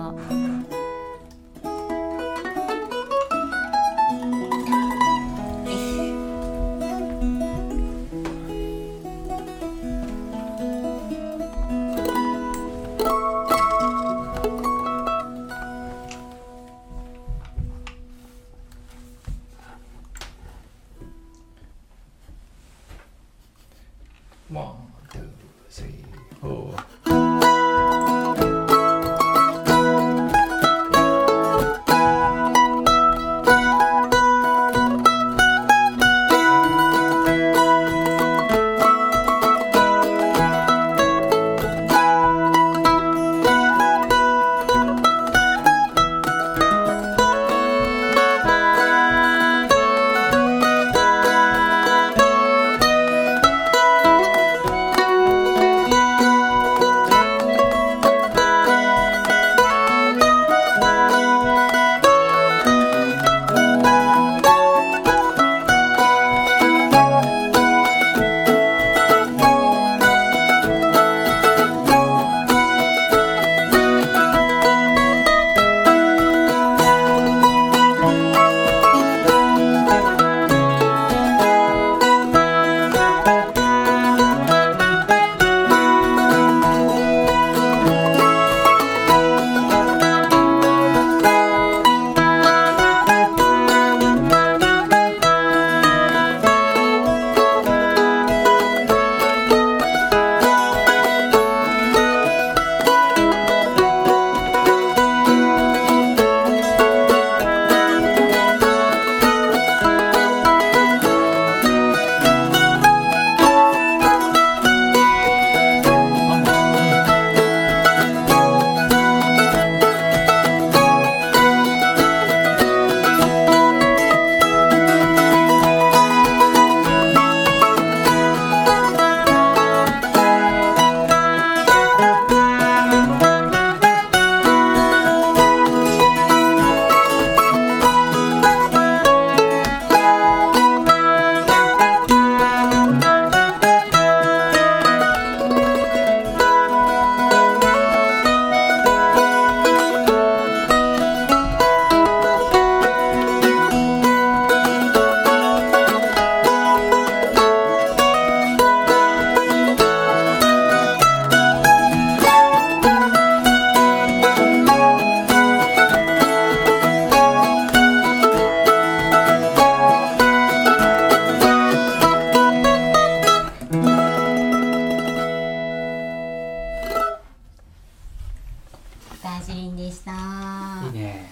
セリンでした。 いいね。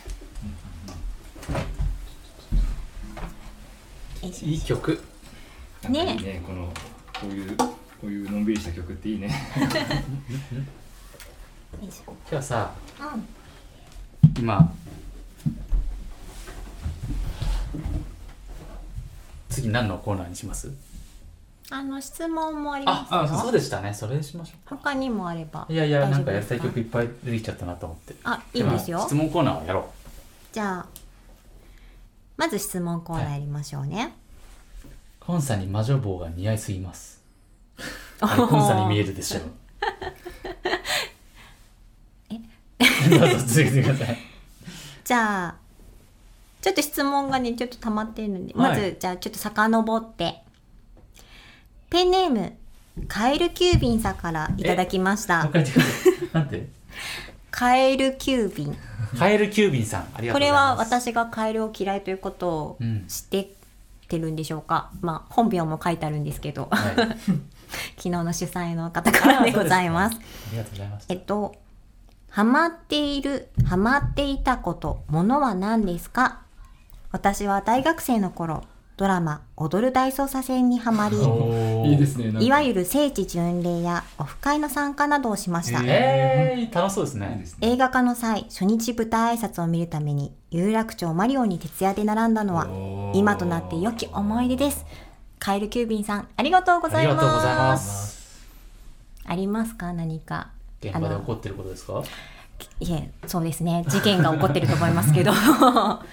いい曲。 ね。 いいね、こういうのんびりした曲っていいね。 今日さ、 うん、 今次何のコーナーにします？ 質問もありますよ。 あ、そうでしたね。それにしましょう。 他にもあれば。 いやいや、なんかやりたい曲いっぱい出てきちゃったなと思って。 いいんですよ。 質問コーナーをやろう。 じゃあまず質問コーナーやりましょうね。はい、 コンサに魔女帽が似合いすぎます。コンサに見えるでしょう。どうぞ続けてください。 じゃあちょっと質問がねちょっと溜まっているので、 はい、 まずじゃあちょっと遡ってペンネームカエルキュービンさんからいただきました。 なんて？ カエルキュービン。 カエルキュービンさん、ありがとうございます。 これは私がカエルを嫌いということを知ってるんでしょうか。まあ本名も書いてあるんですけど、はい、昨日の主催の方からでございます。 ありがとうございます。 ハマっていたこと、ものは何ですか？私は大学生の頃、ドラマ踊る大捜査線にハマり、 いいですね。 いわゆる聖地巡礼やオフ会の参加などをしました。 楽しそうですね。 映画化の際、初日舞台挨拶を見るために有楽町マリオに徹夜で並んだのは今となって良き思い出です。カエルキュービンさん、ありがとうございます。 ありがとうございます。 ありますか？何か現場で起こってることですか？ いえ、そうですね、事件が起こってると思いますけどハ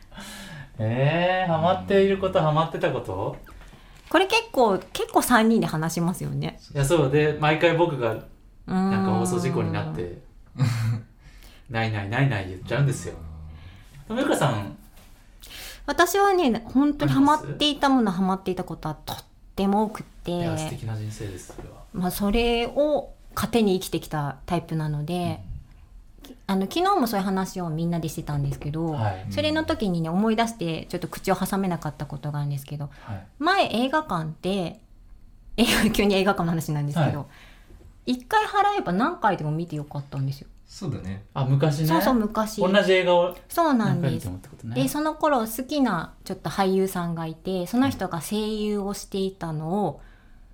マっていること、ハマってたこと、 これ結構3人で話しますよね。 いや、そうで、毎回僕がなんか放送事故になってない言っちゃうんですよ。ゆかさん。 私はね、本当にハマっていたもの、ハマっていたことはとっても多くて、いや、素敵な人生です。それは、 まあ、それを糧に生きてきたタイプなので、昨日もそういう話をみんなでしてたんですけど、はい、それの時にね思い出してちょっと口を挟めなかったことがあるんですけど、はい、前映画館で急に映画館の話なんですけど、はい、1回払えば何回でも見てよかったんですよ。 そうだね。 昔ね。 そう昔同じ映画をそうなんです。 ね、 でその頃好きなちょっと俳優さんがいて、その人が声優をしていたのを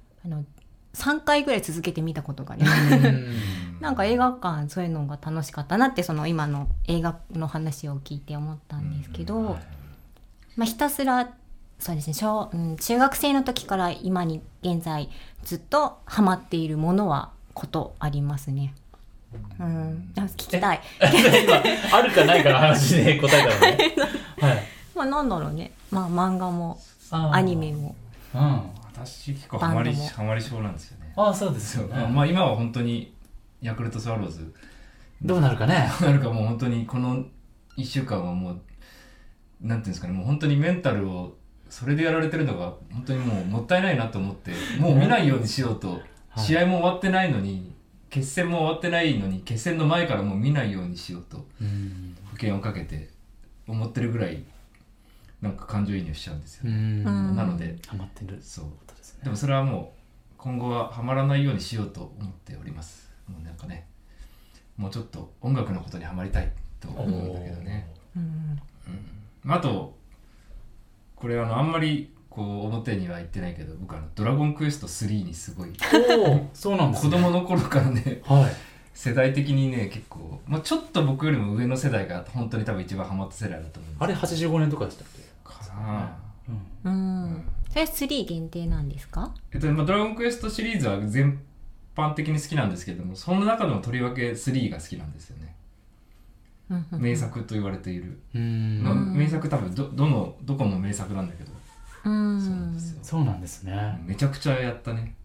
3回ぐらい続けて見たことがあります。なんか映画館そういうのが楽しかったなって、その今の映画の話を聞いて思ったんですけど、まあ、ひたすらそうですね、中学生の時から今に現在ずっとハマっているものはことありますね。聞きたい。 今あるかないかの話で答えたのね。 はい。まあなんだろうね。まあ漫画もアニメも。 私結構ハマり症なんですよね。 そうですよね。 まあ今は本当にヤクルトスワローズどうなるかね。 どうなるか、もう本当にこの1週間はもうなんていうんですかね、もう本当にメンタルをそれでやられてるのが本当にもうもったいないなと思って、もう見ないようにしようと、試合も終わってないのに、決戦も終わってないのに、決戦の前からもう見ないようにしようと保険をかけて思ってるぐらいなんか感情移入しちゃうんですよね。なのでハマってる。 そうですね。でもそれはもう今後はハマらないようにしようと思っております。もうなんかね、もうちょっと音楽のことにハマりたいと思うんだけどね。あとこれあんまりこう表には言ってないけど、僕ドラゴンクエスト3にすごいそうなんですね。 子供の頃からね、はい、世代的にね結構、まあ、ちょっと僕よりも上の世代が本当に多分一番ハマった世代だと思うんです。 あれ85年とかでしたっけかな。 それ3限定なんですか？ まあ、ドラゴンクエストシリーズは全般的に好きなんですけども、その中でもとりわけ3が好きなんですよね。名作と言われている、まあ、名作多分どこも名作なんだけど、 そうなんですよ。そうなんですね。 めちゃくちゃやったね。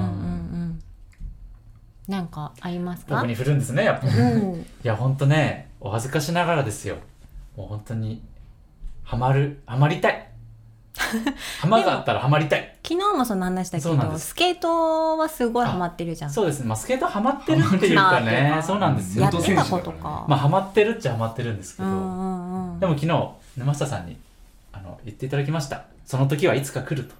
なんかありますか？ 僕に振るんですね、やっぱり。いや本当ね、お恥ずかしながらですよ。もう本当にハマりたい。ハマがあったらハマりたい。 昨日もその話だけど、スケートはすごいハマってるじゃん。 そうですね。まあスケートはハマってるっていうかね、そうなんですよ。 やってたことか。 まあハマってるっちゃハマってるんですけど、でも昨日沼下さんに言っていただきました。その時はいつか来ると。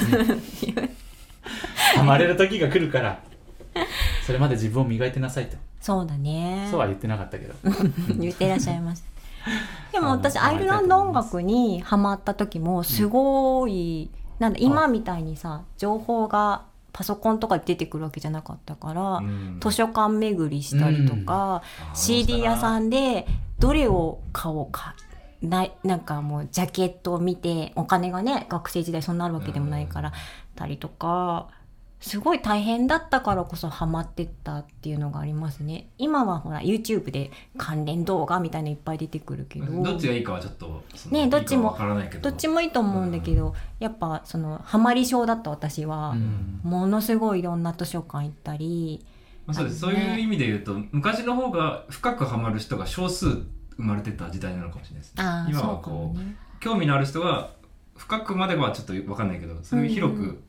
ハマれる時が来るから、それまで自分を磨いてなさいと。 そうだね。 そうは言ってなかったけど言ってらっしゃいましたでも私アイルランド音楽にハマった時もすごい、なんだ今みたいにさ情報がパソコンとかで出てくるわけじゃなかったから、図書館巡りしたりとか、CD 屋さんでどれを買おうかなんかもうジャケットを見て、お金がね学生時代そんなあるわけでもないからたりとか、すごい大変だったからこそハマってったっていうのがありますね。今はほら YouTube で関連動画みたいなのいっぱい出てくるけど、 どっちがいいかはちょっとね、どっちもわからないけど、 どっちもいいと思うんだけど、やっぱそのハマり症だった私は、ものすごいいろんな図書館行ったり、 そうです。そういう意味で言うと昔の方が深くハマる人が少数生まれてた時代なのかもしれないですね。今はこう、興味のある人が深くまではちょっと分かんないけど、それを広く、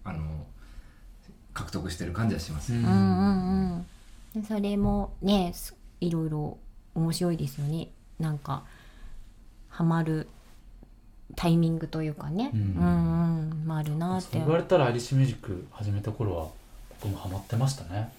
獲得してる感じはします。 それもねいろいろ面白いですよね。なんかハマるタイミングというかね、あるなって。 そう言われたらアイリッシュミュージック始めた頃は僕もハマってましたね。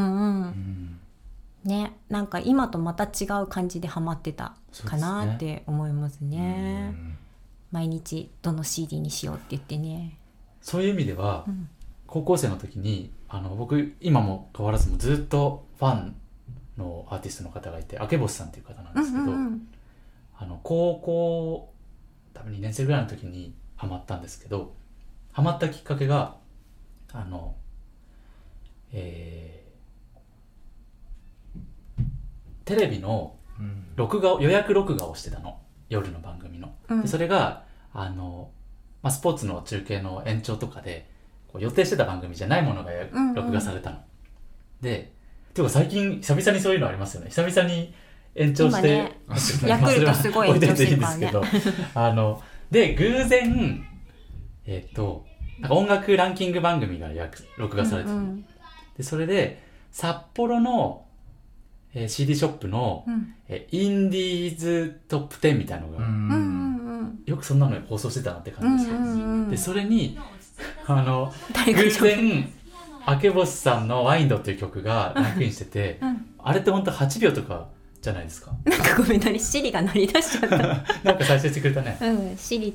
ね、なんか今とまた違う感じでハマってたかなって思いますね。毎日どの CD にしようって言ってね。 そういう意味では、高校生の時に僕今も変わらずもずっとファンのアーティストの方がいて、明星さんっていう方なんですけど、高校多分2年生ぐらいの時にハマったんですけど、ハマったきっかけがテレビの予約録画をしてたの、夜の番組の。でそれがスポーツの中継の延長とかで予定してた番組じゃないものが録画されたの。で、てか最近久々にそういうのありますよね。久々に延長して、 ヤクルトすごい延長してるからね。 で偶然なんか音楽ランキング番組が録画されてた、でそれで札幌のCD ショップの、インディーズトップ10みたいなのが、よくそんなの放送してたなって感じですけど、でそれに偶然明星さんの「ワインド」っていう曲がランクインしてて、あれって本当8秒とかじゃないですか。 なんかごめんなさい、シリが鳴り出しちゃったなんか再生してくれたね。 シリ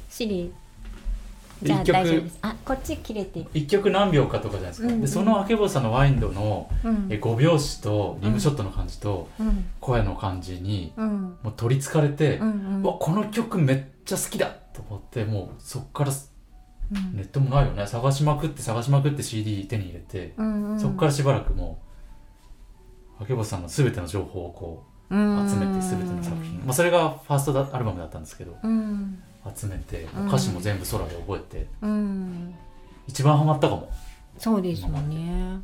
じゃあ大丈夫です。こっち切れて 1曲何秒かとかじゃないですか。でその明星さんの「ワインド」の5拍子とリムショットの感じと声の感じにもう取りつかれて、この曲めっちゃ好きだと思って、もうそっからネットもないよね、探しまくって CD 手に入れて、そっからしばらくもう明星さんの全ての情報をこう集めて、全ての作品、それがファーストアルバムだったんですけど、集めて歌詞も全部空で覚えて、一番ハマったかも。 そうですよね。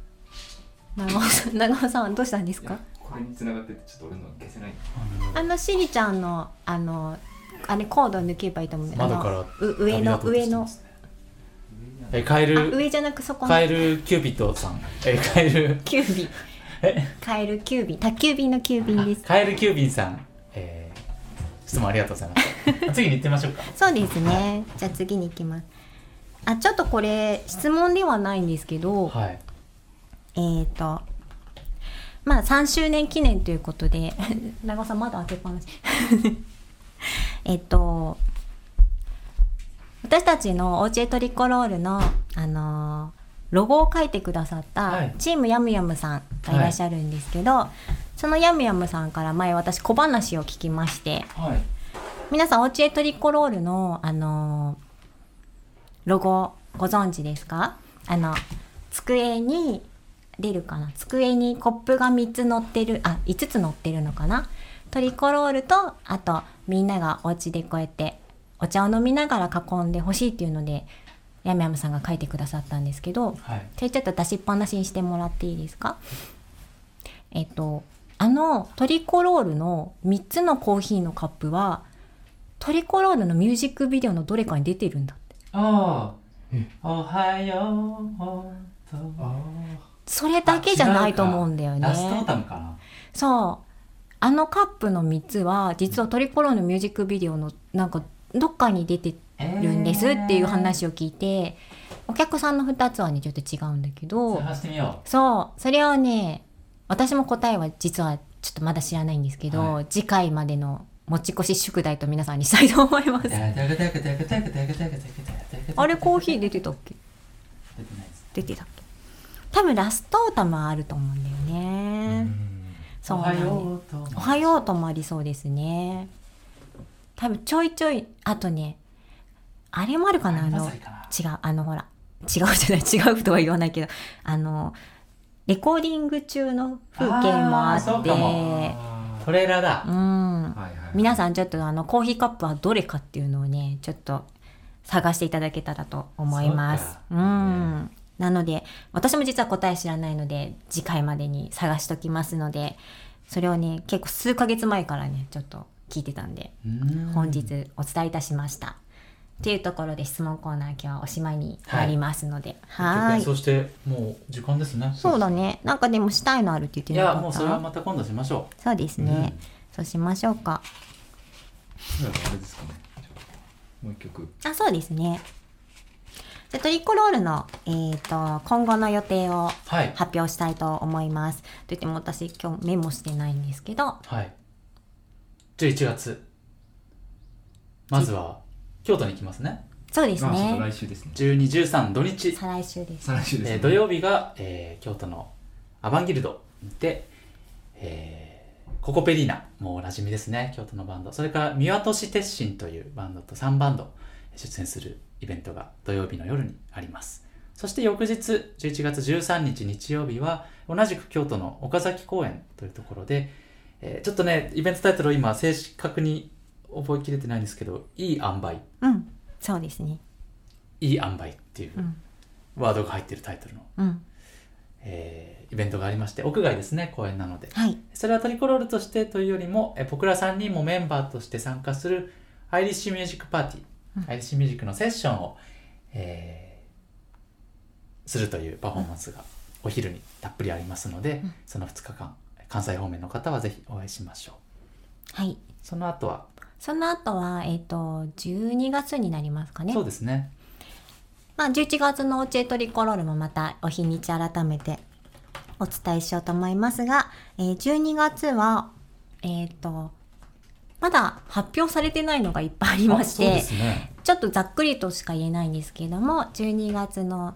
長尾さんはどうしたんですか？ これに繋がっててちょっと俺の消せない。 しりちゃんのあれコード抜けばいいと思うんで、 窓から上のカエル上じゃなくそこのカエルキューピッドさん、カエルキュービンカエルキュービン、宅急便のキュービンです。 カエルキュービンさん、質問ありがとうございます次に行ってみましょうか。 そうですね、じゃあ次に行きます。ちょっとこれ質問ではないんですけど、3周年記念ということで長尾さんまだ開けっぱなし私たちのオーチェトリコロールの、ロゴを書いてくださったチームヤムヤムさんがいらっしゃるんですけど、そのヤムヤムさんから前私小話を聞きまして、皆さんオーチェトリコロールの、ロゴご存知ですか？机に出るかな、机にコップが3つ乗ってる、5つ乗ってるのかな。トリコロールと、あとみんながお家でこうやってお茶を飲みながら囲んでほしいっていうのでヤムヤムさんが書いてくださったんですけど、それちょっと出しっぱなしにしてもらっていいですか？トリコロールの3つのコーヒーのカップはトリコロールのミュージックビデオのどれかに出てるんだって。 おはようと。 それだけじゃないと思うんだよね。 ラストオータムかな。 そう、カップの3つは実はトリコロールのミュージックビデオのなんかどっかに出てるんですっていう話を聞いて、お客さんの2つはねちょっと違うんだけど、 探してみよう。 そう、それをね私も答えは実はちょっとまだ知らないんですけど、次回までの持ち越し宿題と皆さんにしたいと思います。あれコーヒー出てたっけ？ 出てないです。 出てたっけ？多分ラストオータムはあると思うんだよね。そうなんです。おはようともありそうですね。多分ちょいちょい、あとね、あれもあるかな、違う、ほら、違うじゃない、違うとは言わないけど、レコーディング中の風景もあって、 トレーラーだ。 皆さんちょっとコーヒーカップはどれかっていうのをね、ちょっと探していただけたらと思います。なので、私も実は答え知らないので、次回までに探しときますので、それをね、結構数ヶ月前からね、ちょっと聞いてたんで、本日お伝えいたしました。というところで質問コーナー今日はおしまいになりますので、 はい。そしてもう時間ですね。 そうだね。なんかでもしたいのあるって言ってなかった？ いや、もうそれはまた今度しましょう。そうですね。そうしましょうか。 あれですかね。もう一曲。 そうですね。じゃトリコロールの、今後の予定を発表したいと思います。といっても私今日メモしてないんですけど。 はい。11月。まずは京都に来ますね。 そうですね。 来週ですね。 12、13土日。 再来週です。 再来週ですね。 土曜日が、京都のアバンギルドで、ココペリーナ、もうおなじみですね、京都のバンド。それから三輪都市鉄心というバンドと3バンド出演するイベントが土曜日の夜にあります。そして翌日11月13日日曜日は同じく京都の岡崎公園というところで、ちょっとねイベントタイトルを今正確に覚えきれてないんですけど、いい塩梅、 そうですね、 いい塩梅っていうワードが入っているタイトルの、イベントがありまして、屋外ですね、公園なので、それはトリコロールとしてというよりも、僕ら3人もメンバーとして参加するアイリッシュミュージックパーティー、アイリッシュミュージックのセッションを、するというパフォーマンスがお昼にたっぷりありますので、その2日間関西方面の方はぜひお会いしましょう。 はい。 その後は 12月になりますかね。 そうですね。 11月のオチェトリコロールもまたお日にち改めてお伝えしようと思いますが、12月はまだ発表されてないのがいっぱいありまして、ちょっとざっくりとしか言えないんですけれども、12月の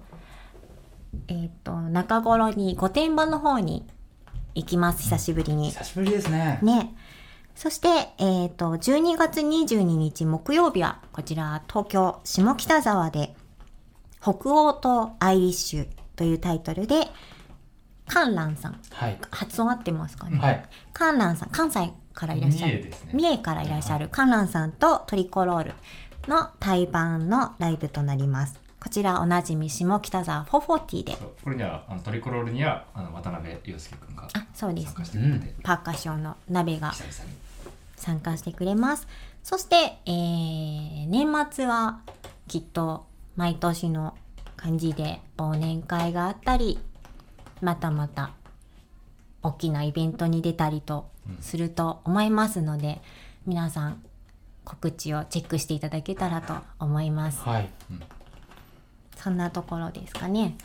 中頃に御殿場の方に行きます。久しぶりに。 久しぶりですね。 そして、12月22日木曜日はこちら東京下北沢で北欧とアイリッシュというタイトルで観覧さん、発音合ってますかね、観覧さん、関西からいらっしゃる、三重からいらっしゃる観覧さんとトリコロールの対バンのライブとなります。こちらおなじみ下北沢440で、 これにはトリコロールには渡辺陽介君がそうです、 参加してくれて、 パーカッションの鍋が参加してくれます。そして、年末はきっと毎年の感じで忘年会があったり、またまた大きなイベントに出たりとすると思いますので、皆さん告知をチェックしていただけたらと思います。そんなところですかね。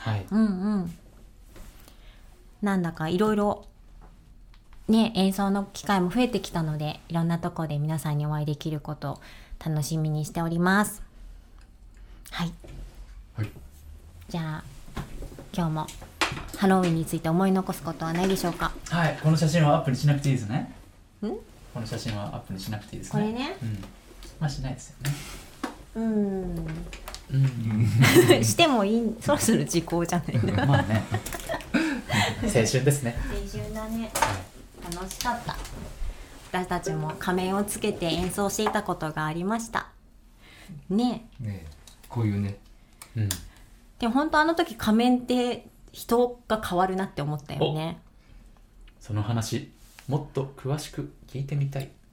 なんだかいろいろね、演奏の機会も増えてきたので、いろんなところで皆さんにお会いできることを楽しみにしております。じゃあ今日もハロウィンについて思い残すことはないでしょうか。 この写真はアップにしなくていいですね。この写真はアップにしなくていいですね。 これね、 しないですよね。してもいい、そろそろ時効じゃないの。 青春ですね。 青春だね。楽しかった。私たちも仮面をつけて演奏していたことがありましたね。 こういうね、 でも本当あの時仮面って人が変わるなって思ったよね。 その話もっと詳しく聞いてみたい。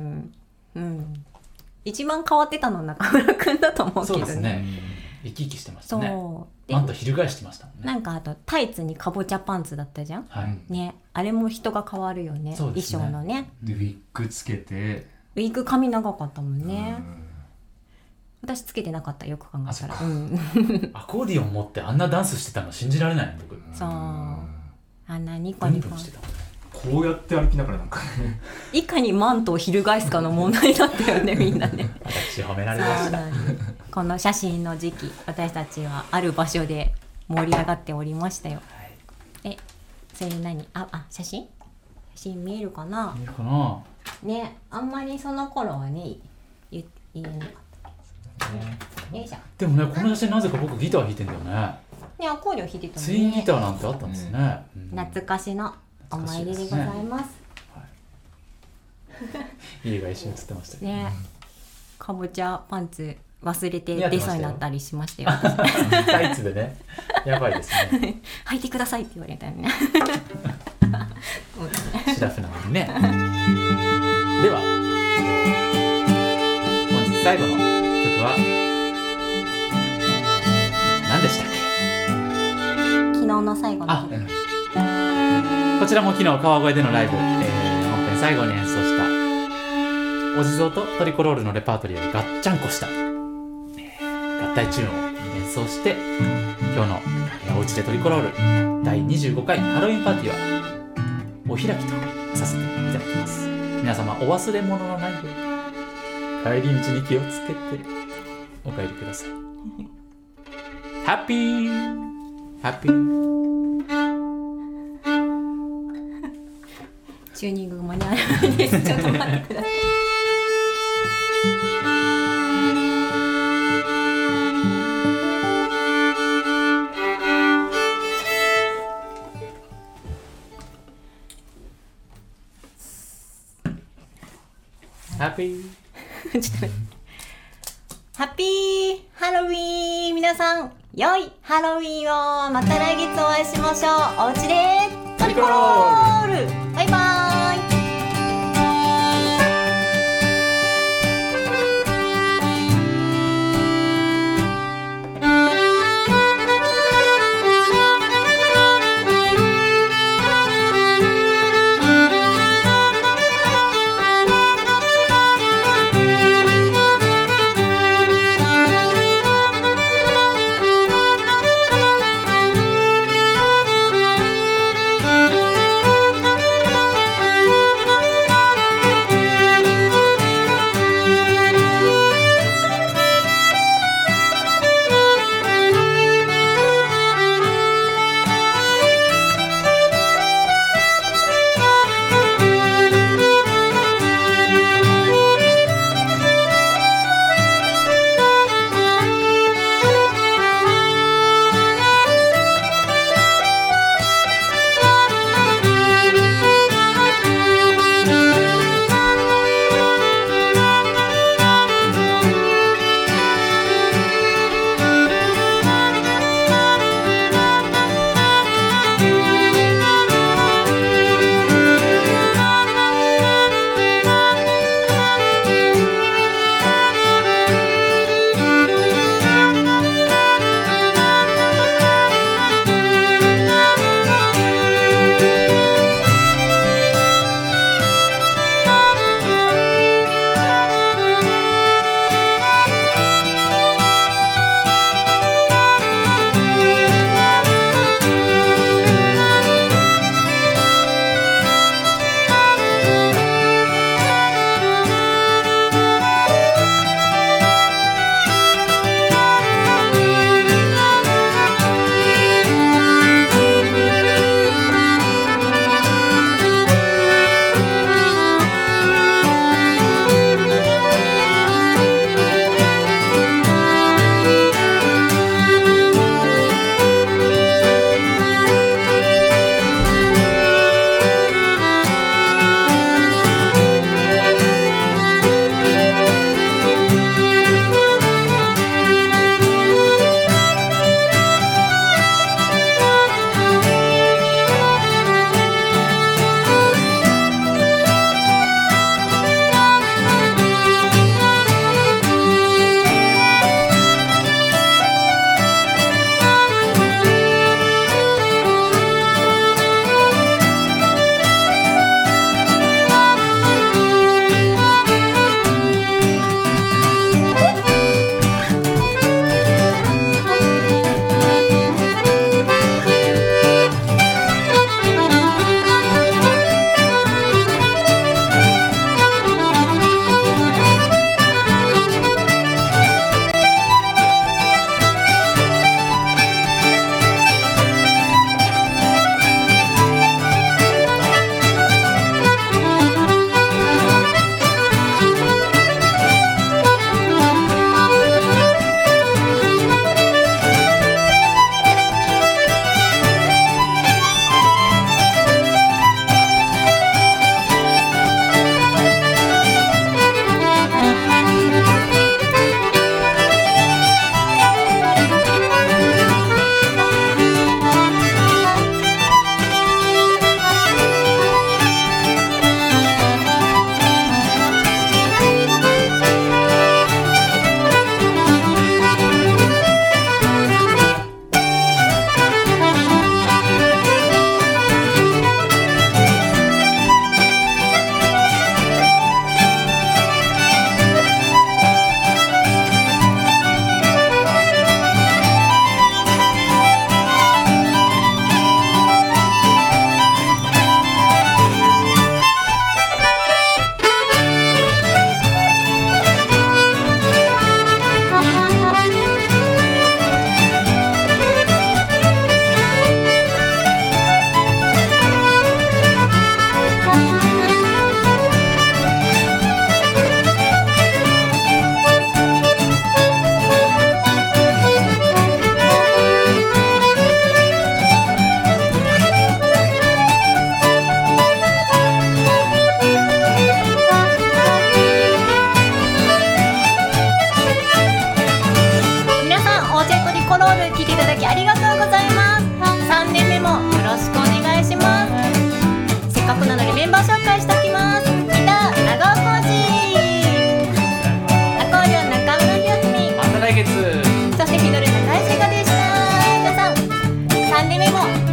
一番変わってたのは中村くんだと思うけどね。 そうですね。生き生きしてましたね。マント翻してましたもんね。 なんかあとタイツにかぼちゃパンツだったじゃん。ね、あれも人が変わるよね。衣装のね。 でウィッグつけて。 ウィッグ髪長かったもんね。私つけてなかった、よく考えたら。 アコーディオン持ってあんなダンスしてたの信じられない、僕。 そう。 ニコニコしてたこうやって歩きながらなんかいかにマントを翻すかの問題だったよねみんなね私褒められました。 この写真の時期私たちはある場所で盛り上がっておりましたよ、はい、それ何写真見えるかな。 見えるかなね。あんまりその頃はね言えなかったね。よいしょ。 でもねこの写真なぜか僕ギター弾いてんだよね。 ね、アコーディオ弾いてたもんね。 ツインギターなんてあったんですね、 懐かしの思い出でございます。 家が一瞬映ってましたね。かぼちゃパンツ忘れて出そうになったりしましたよ。 タイツでね、やばいですね。 履いてくださいって言われたよね。 シラフなのにね。では、本日最後の曲は何でしたっけ？ 昨日の最後の曲。 こちらも昨日川越でのライブ、本編最後に演奏したお地蔵とトリコロールのレパートリーをガッチャンコした、合体チューンを演奏して、今日のおうちでトリコロール第25回ハロウィンパーティーはお開きとさせていただきます。皆様お忘れ物のないように帰り道に気をつけてお帰りください。ハッピーハッピー。 チューニングが間に合わないです。ちょっと待ってください。 ハッピーちょっと待って。ハッピーハロウィーン。皆さん良いハロウィーンを。また来月お会いしましょう。おうちでトリコロール。バイバーイ。 何でメモ